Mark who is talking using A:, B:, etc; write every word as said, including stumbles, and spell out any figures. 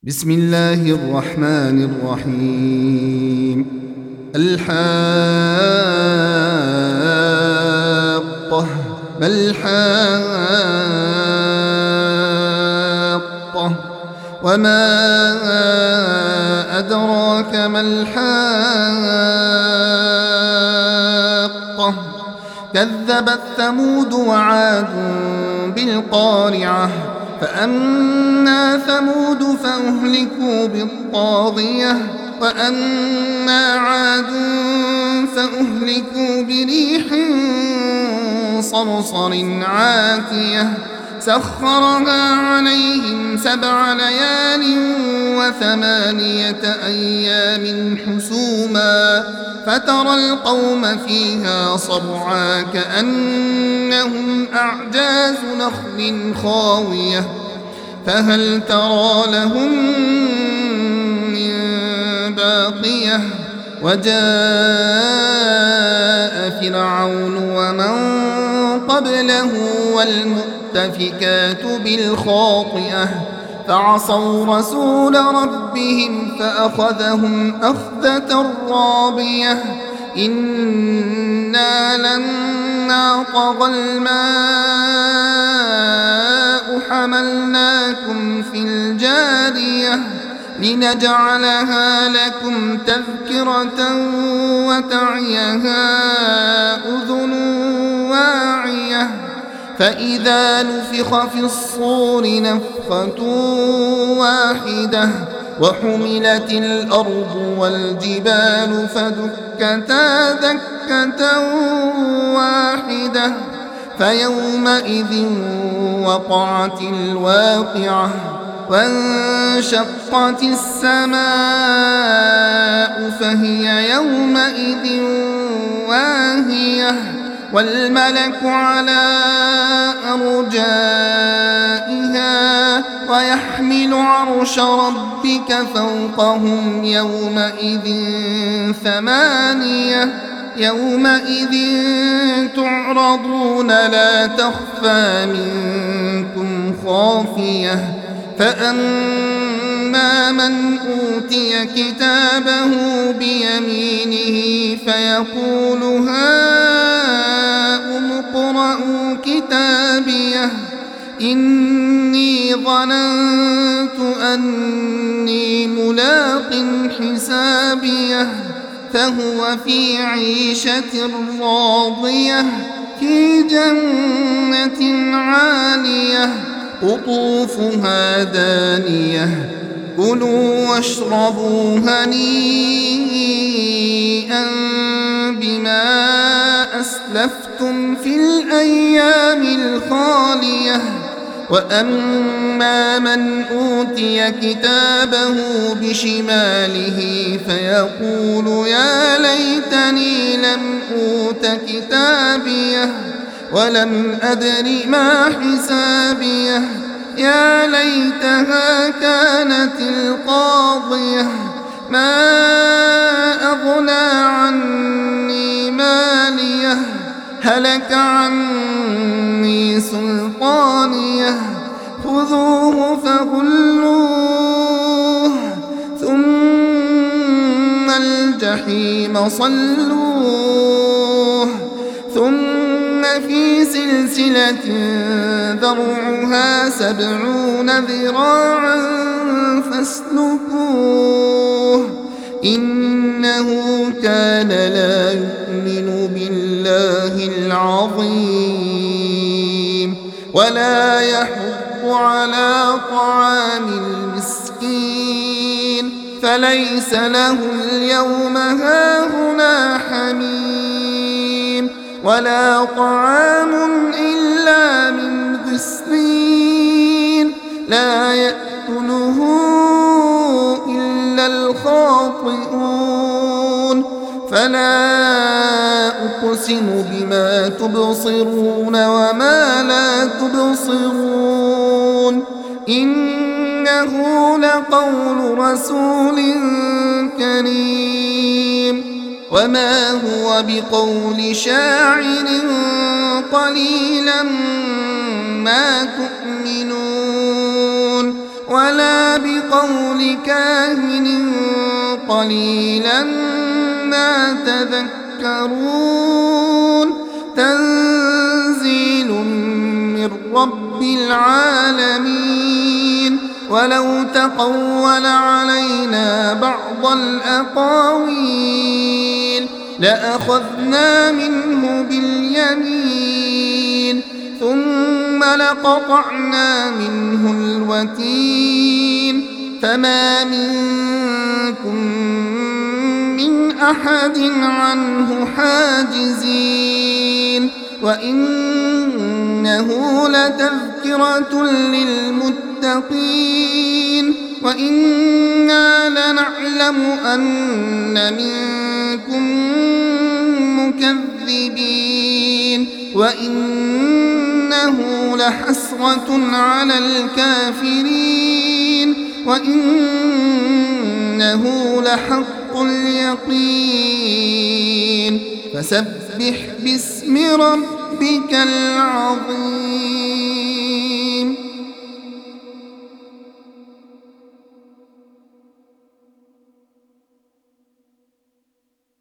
A: بسم الله الرحمن الرحيم. الحاقة ما الحاقة وما أدراك ما الحاقة كذبت ثمود وعاد بالقارعة فأما ثمود فأهلكوا بالطاغية وأما عاد فأهلكوا بريح صرصر عاتية سخرها عليهم سبع ليال وثمانية أيام حسوما فترى القوم فيها صرعا كأنهم أعجاز نخل خاوية فهل ترى لهم من باقية وجاء فرعون ومن قبله والمؤتفكات بالخاطئة فعصوا رسول ربهم فأخذهم أخذة رابية إنا لما طغى الماء حملناكم في الجارية لنجعلها لكم تذكرة وتعيها أذن واعية فإذا نفخ في الصور نفخة واحدة وحملت الأرض والجبال فدكتا دكة واحدة فيومئذ وقعت الواقعة وانشقت السماء فهي يومئذ واهية والملك على أرجائها ويحمل عرش ربك فوقهم يومئذ ثمانية يومئذ تعرضون لا تخفى منكم خافية فأما من أوتي كتابه بيمينه فيقول هاؤم اقرءوا كتابيه إني ظننت أني ملاق حسابيه فهو في عيشة راضية في جنة عالية قطوفها دانية كلوا واشربوا هنيئا بما أسلفتم في الأيام الخالية وأما من أوتي كتابه بشماله فيقول يا ليتني لم أوت كتابيه ولم أدر ما حسابيه يا ليتها كانت القاضية ما أغنى عني ماليه هلك عني سلطانيه خذوه فغلوه ثم الجحيم صلوه ثم في سلسلة ذرعها سبعون ذراعا فاسلكوه إنه كان لا يؤمن بالله العظيم ولا يحض على طعام المسكين فليس له اليوم هاهنا حميم ولا طعام إلا من غسلين لا يأكله إلا الخاطئون فلا أقسم بما تبصرون وما لا تبصرون إنه لقول رسول كريم وما هو بقول شاعر قليلا ما تؤمنون ولا بقول كاهن قليلا ما تذكرون تنزيل من رب العالمين ولو تقول علينا بعض الأقاويل لأخذنا منه باليمين ثم لقطعنا منه الوتين فما منكم من أحد عنه حاجزين وإنه لتذكرة للمتقين وإنا لنعلم أن منكم مكذبين وإنه لحسرة على الكافرين وإنه لحق اليقين فسبح باسم ربك العظيم.